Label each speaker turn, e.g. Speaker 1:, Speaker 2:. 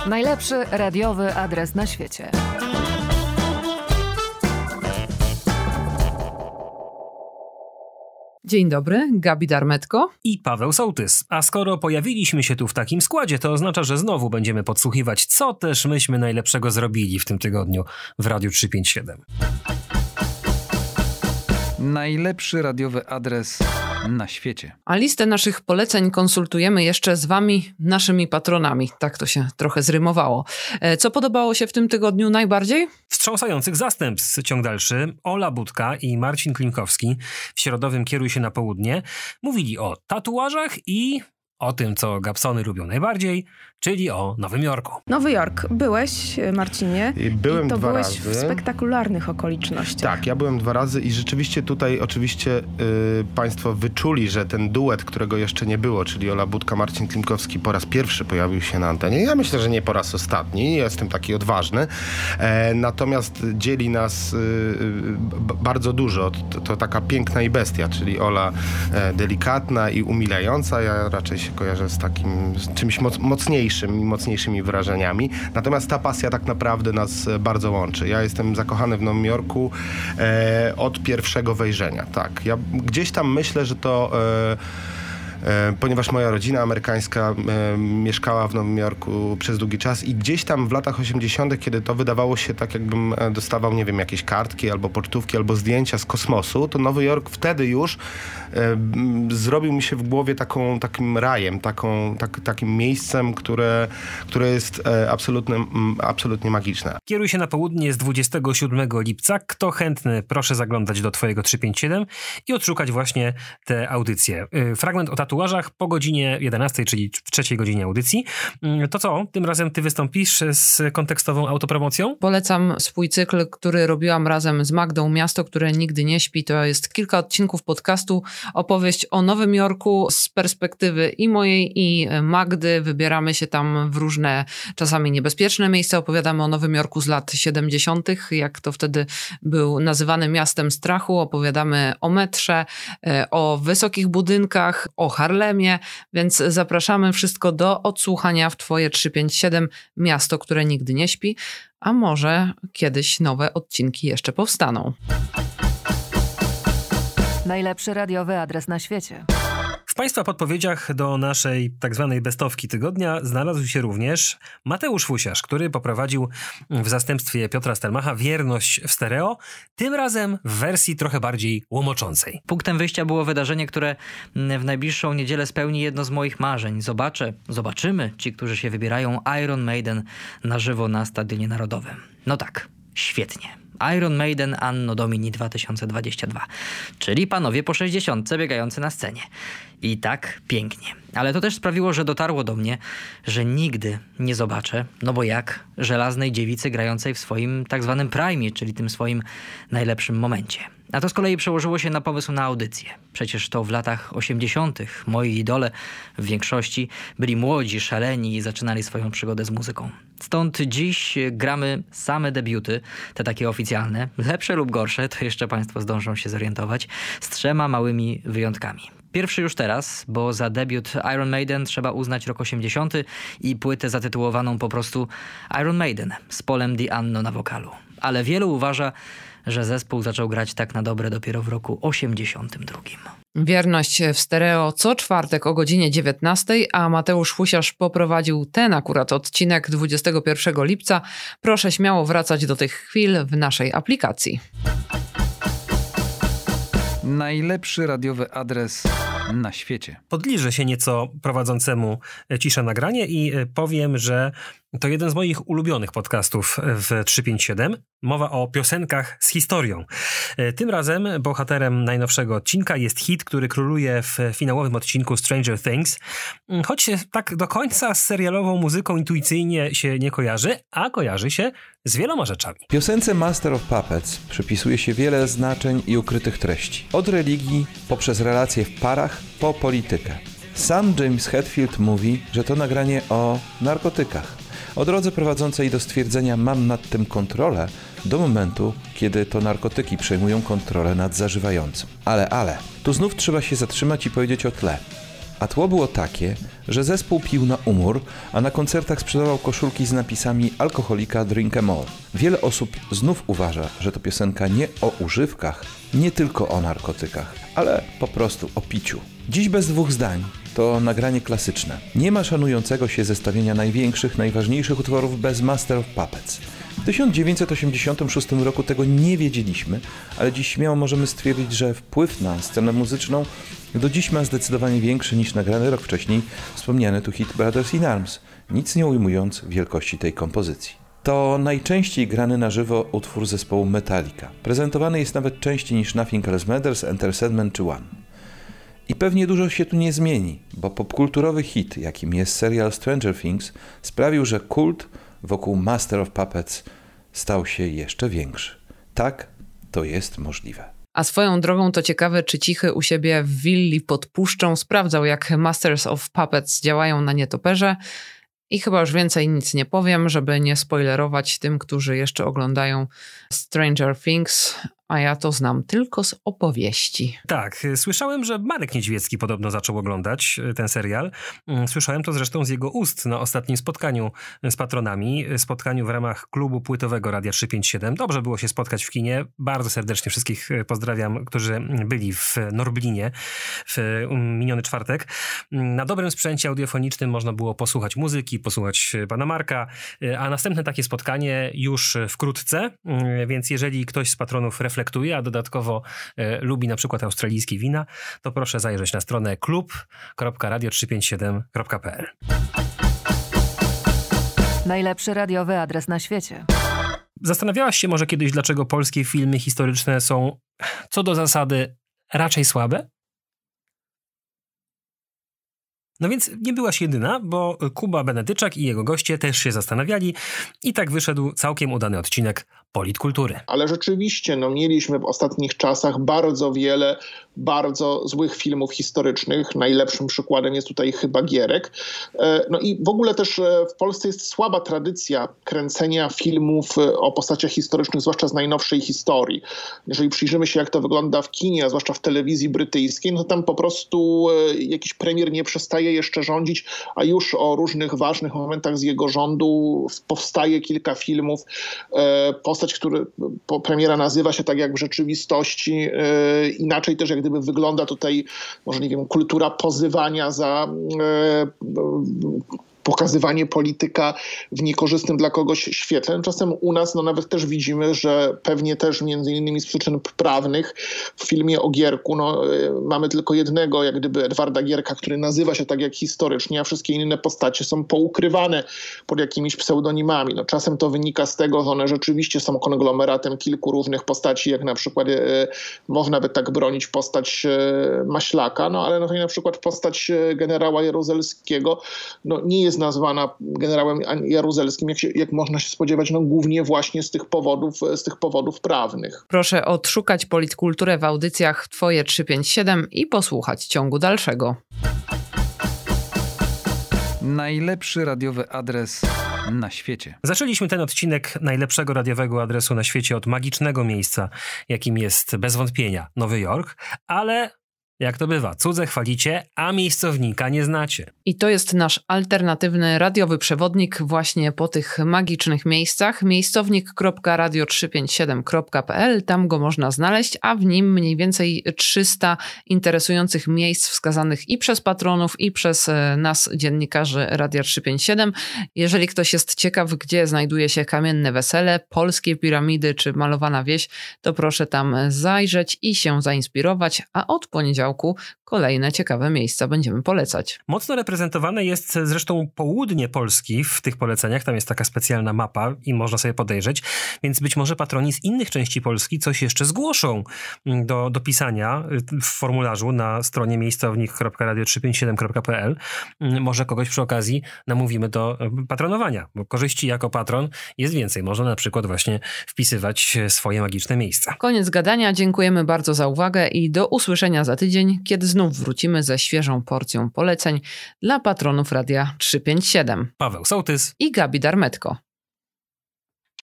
Speaker 1: Najlepszy radiowy adres na świecie.
Speaker 2: Dzień dobry, Gabi Darmetko
Speaker 3: i Paweł Sołtys. A skoro pojawiliśmy się tu w takim składzie, to oznacza, że znowu będziemy podsłuchiwać, co też myśmy najlepszego zrobili w tym tygodniu w Radiu 357.
Speaker 4: Najlepszy radiowy adres na świecie.
Speaker 2: A listę naszych poleceń konsultujemy jeszcze z wami, naszymi patronami. Tak to się trochę zrymowało. Co podobało się w tym tygodniu najbardziej?
Speaker 3: Wstrząsających zastępstw. Ciąg dalszy. Ola Budka i Marcin Klinkowski w środowym Kieruj się na południe mówili o tatuażach i o tym, co Gapsony lubią najbardziej, czyli o Nowym Jorku.
Speaker 5: Nowy Jork. Byłeś, Marcinie?
Speaker 6: Byłem dwa
Speaker 5: byłeś
Speaker 6: razy.
Speaker 5: W spektakularnych okolicznościach.
Speaker 6: Tak, ja byłem 2 razy i rzeczywiście tutaj oczywiście państwo wyczuli, że ten duet, którego jeszcze nie było, czyli Ola Budka, Marcin Klinkowski po raz pierwszy pojawił się na antenie. Ja myślę, że nie po raz ostatni. Jestem taki odważny. Natomiast dzieli nas bardzo dużo. To taka piękna i bestia, czyli Ola delikatna i umilająca. Ja raczej się kojarzę z takim z czymś mocniejszymi wyrażeniami. Natomiast ta pasja tak naprawdę nas bardzo łączy. Ja jestem zakochany w Nowym Jorku od pierwszego wejrzenia. Tak. Ja gdzieś tam myślę, że to ponieważ moja rodzina amerykańska mieszkała w Nowym Jorku przez długi czas i gdzieś tam w latach 80., kiedy to wydawało się tak, jakbym dostawał, nie wiem, jakieś kartki albo pocztówki, albo zdjęcia z kosmosu, to Nowy Jork wtedy już zrobił mi się w głowie takim rajem, takim miejscem, które jest absolutnie magiczne.
Speaker 3: Kieruj się na południe z 27 lipca. Kto chętny, proszę zaglądać do twojego 357 i odszukać właśnie te audycje. Fragment o tatuażach po godzinie 11, czyli w 3 godzinie audycji. To co? Tym razem ty wystąpisz z kontekstową autopromocją?
Speaker 2: Polecam swój cykl, który robiłam razem z Magdą Miasto, które nigdy nie śpi. To jest kilka odcinków podcastu. Opowieść o Nowym Jorku z perspektywy i mojej, i Magdy. Wybieramy się tam w różne, czasami niebezpieczne miejsca. Opowiadamy o Nowym Jorku z lat 70., jak to wtedy był nazywany miastem strachu. Opowiadamy o metrze, o wysokich budynkach, o Harlemie, więc zapraszamy wszystko do odsłuchania w twoje 357 Miasto, które nigdy nie śpi, a może kiedyś nowe odcinki jeszcze powstaną.
Speaker 1: Najlepszy radiowy adres na świecie.
Speaker 3: W Państwa podpowiedziach do naszej tak zwanej bestowki tygodnia znalazł się również Mateusz Fusiarz, który poprowadził w zastępstwie Piotra Stelmacha Wierność w stereo, tym razem w wersji trochę bardziej łomoczącej.
Speaker 7: Punktem wyjścia było wydarzenie, które w najbliższą niedzielę spełni jedno z moich marzeń. Zobaczymy ci, którzy się wybierają Iron Maiden na żywo na Stadionie Narodowym. No tak, świetnie. Iron Maiden Anno Domini 2022, czyli panowie po 60 biegający na scenie. I tak pięknie. Ale to też sprawiło, że dotarło do mnie, że nigdy nie zobaczę, no bo jak, żelaznej dziewicy grającej w swoim tak zwanym prime, czyli tym swoim najlepszym momencie. A to z kolei przełożyło się na pomysł na audycję. Przecież to w latach 80. moi idole w większości byli młodzi, szaleni i zaczynali swoją przygodę z muzyką. Stąd dziś gramy same debiuty, te takie oficjalne, lepsze lub gorsze, to jeszcze państwo zdążą się zorientować, z 3 małymi wyjątkami. Pierwszy już teraz, bo za debiut Iron Maiden trzeba uznać rok 80. i płytę zatytułowaną po prostu Iron Maiden z Polem Di Anno na wokalu. Ale wielu uważa, że zespół zaczął grać tak na dobre dopiero w roku 82.
Speaker 2: Wierność w stereo co czwartek o godzinie 19, a Mateusz Fusiarz poprowadził ten akurat odcinek 21 lipca. Proszę śmiało wracać do tych chwil w naszej aplikacji.
Speaker 4: Najlepszy radiowy adres na świecie.
Speaker 3: Podliżę się nieco prowadzącemu ciszę nagranie i powiem, że to jeden z moich ulubionych podcastów w 357. Mowa o piosenkach z historią. Tym razem bohaterem najnowszego odcinka jest hit, który króluje w finałowym odcinku Stranger Things. Choć się tak do końca z serialową muzyką intuicyjnie się nie kojarzy, a kojarzy się z wieloma rzeczami.
Speaker 8: Piosence Master of Puppets przypisuje się wiele znaczeń i ukrytych treści. Od religii, poprzez relacje w parach, po politykę. Sam James Hetfield mówi, że to nagranie o narkotykach. O drodze prowadzącej do stwierdzenia mam nad tym kontrolę, do momentu, kiedy to narkotyki przejmują kontrolę nad zażywającym. Ale, tu znów trzeba się zatrzymać i powiedzieć o tle. A tło było takie, że zespół pił na umór, a na koncertach sprzedawał koszulki z napisami alkoholika drink 'em all. Wiele osób znów uważa, że to piosenka nie o używkach, nie tylko o narkotykach, ale po prostu o piciu. Dziś bez dwóch zdań to nagranie klasyczne. Nie ma szanującego się zestawienia największych, najważniejszych utworów bez Master of Puppets. W 1986 roku tego nie wiedzieliśmy, ale dziś śmiało możemy stwierdzić, że wpływ na scenę muzyczną do dziś ma zdecydowanie większy niż nagrany rok wcześniej wspomniany tu hit Brothers in Arms, nic nie ujmując wielkości tej kompozycji. To najczęściej grany na żywo utwór zespołu Metallica. Prezentowany jest nawet częściej niż Nothing Else Matters, Enter Sandman czy One. I pewnie dużo się tu nie zmieni, bo popkulturowy hit, jakim jest serial Stranger Things, sprawił, że kult wokół Master of Puppets stał się jeszcze większy. Tak, to jest możliwe.
Speaker 2: A swoją drogą to ciekawe, czy Cichy u siebie w willi pod puszczą sprawdzał, jak Masters of Puppets działają na nietoperze. I chyba już więcej nic nie powiem, żeby nie spoilerować tym, którzy jeszcze oglądają Stranger Things, a ja to znam tylko z opowieści.
Speaker 3: Tak, słyszałem, że Marek Niedźwiecki podobno zaczął oglądać ten serial. Słyszałem to zresztą z jego ust na ostatnim spotkaniu z patronami, spotkaniu w ramach klubu płytowego Radia 357. Dobrze było się spotkać w kinie. Bardzo serdecznie wszystkich pozdrawiam, którzy byli w Norblinie w miniony czwartek. Na dobrym sprzęcie audiofonicznym można było posłuchać muzyki, posłuchać pana Marka, a następne takie spotkanie już wkrótce, więc jeżeli ktoś z patronów reflektuje, a dodatkowo lubi na przykład australijskie wina, to proszę zajrzeć na stronę klub.radio357.pl.
Speaker 1: Najlepszy radiowy adres na świecie.
Speaker 3: Zastanawiałaś się może kiedyś, dlaczego polskie filmy historyczne są co do zasady raczej słabe? No więc nie byłaś jedyna, bo Kuba Benedyczak i jego goście też się zastanawiali i tak wyszedł całkiem udany odcinek Politkultury.
Speaker 9: Ale rzeczywiście mieliśmy w ostatnich czasach bardzo wiele bardzo złych filmów historycznych. Najlepszym przykładem jest tutaj chyba Gierek. I w ogóle też w Polsce jest słaba tradycja kręcenia filmów o postaciach historycznych, zwłaszcza z najnowszej historii. Jeżeli przyjrzymy się, jak to wygląda w kinie, a zwłaszcza w telewizji brytyjskiej, to tam po prostu jakiś premier nie przestaje jeszcze rządzić, a już o różnych ważnych momentach z jego rządu powstaje kilka filmów. Postać, który premiera nazywa się tak jak w rzeczywistości, inaczej też jak gdyby wygląda tutaj, może nie wiem, kultura pozywania za pokazywanie polityka w niekorzystnym dla kogoś świetle. Czasem u nas nawet też widzimy, że pewnie też między innymi z przyczyn prawnych w filmie o Gierku mamy tylko jednego jak gdyby Edwarda Gierka, który nazywa się tak jak historycznie, a wszystkie inne postacie są poukrywane pod jakimiś pseudonimami. Czasem to wynika z tego, że one rzeczywiście są konglomeratem kilku różnych postaci, jak na przykład można by tak bronić postać Maślaka, ale na przykład postać generała Jaruzelskiego nie jest nazwana generałem Jaruzelskim, jak można się spodziewać, głównie właśnie z tych powodów prawnych.
Speaker 2: Proszę odszukać Politkulturę w audycjach Twoje 357 i posłuchać ciągu dalszego.
Speaker 4: Najlepszy radiowy adres na świecie.
Speaker 3: Zaczęliśmy ten odcinek najlepszego radiowego adresu na świecie od magicznego miejsca, jakim jest bez wątpienia Nowy Jork, ale jak to bywa, cudze chwalicie, a miejscownika nie znacie.
Speaker 2: I to jest nasz alternatywny radiowy przewodnik właśnie po tych magicznych miejscach. Miejscownik.radio357.pl, tam go można znaleźć, a w nim mniej więcej 300 interesujących miejsc wskazanych i przez patronów, i przez nas, dziennikarzy Radia 357. Jeżeli ktoś jest ciekaw, gdzie znajduje się Kamienne Wesele, Polskie Piramidy czy Malowana Wieś, to proszę tam zajrzeć i się zainspirować, a od poniedziałku kolejne ciekawe miejsca będziemy polecać.
Speaker 3: Mocno reprezentowane jest zresztą południe Polski w tych poleceniach. Tam jest taka specjalna mapa i można sobie podejrzeć, więc być może patroni z innych części Polski coś jeszcze zgłoszą do pisania w formularzu na stronie miejscownik.radio357.pl. Może kogoś przy okazji namówimy do patronowania, bo korzyści jako patron jest więcej. Można na przykład właśnie wpisywać swoje magiczne miejsca.
Speaker 2: Koniec gadania. Dziękujemy bardzo za uwagę i do usłyszenia za tydzień, kiedy znów wrócimy ze świeżą porcją poleceń dla patronów Radia 357.
Speaker 3: Paweł Sołtys
Speaker 2: i Gabi Darmetko.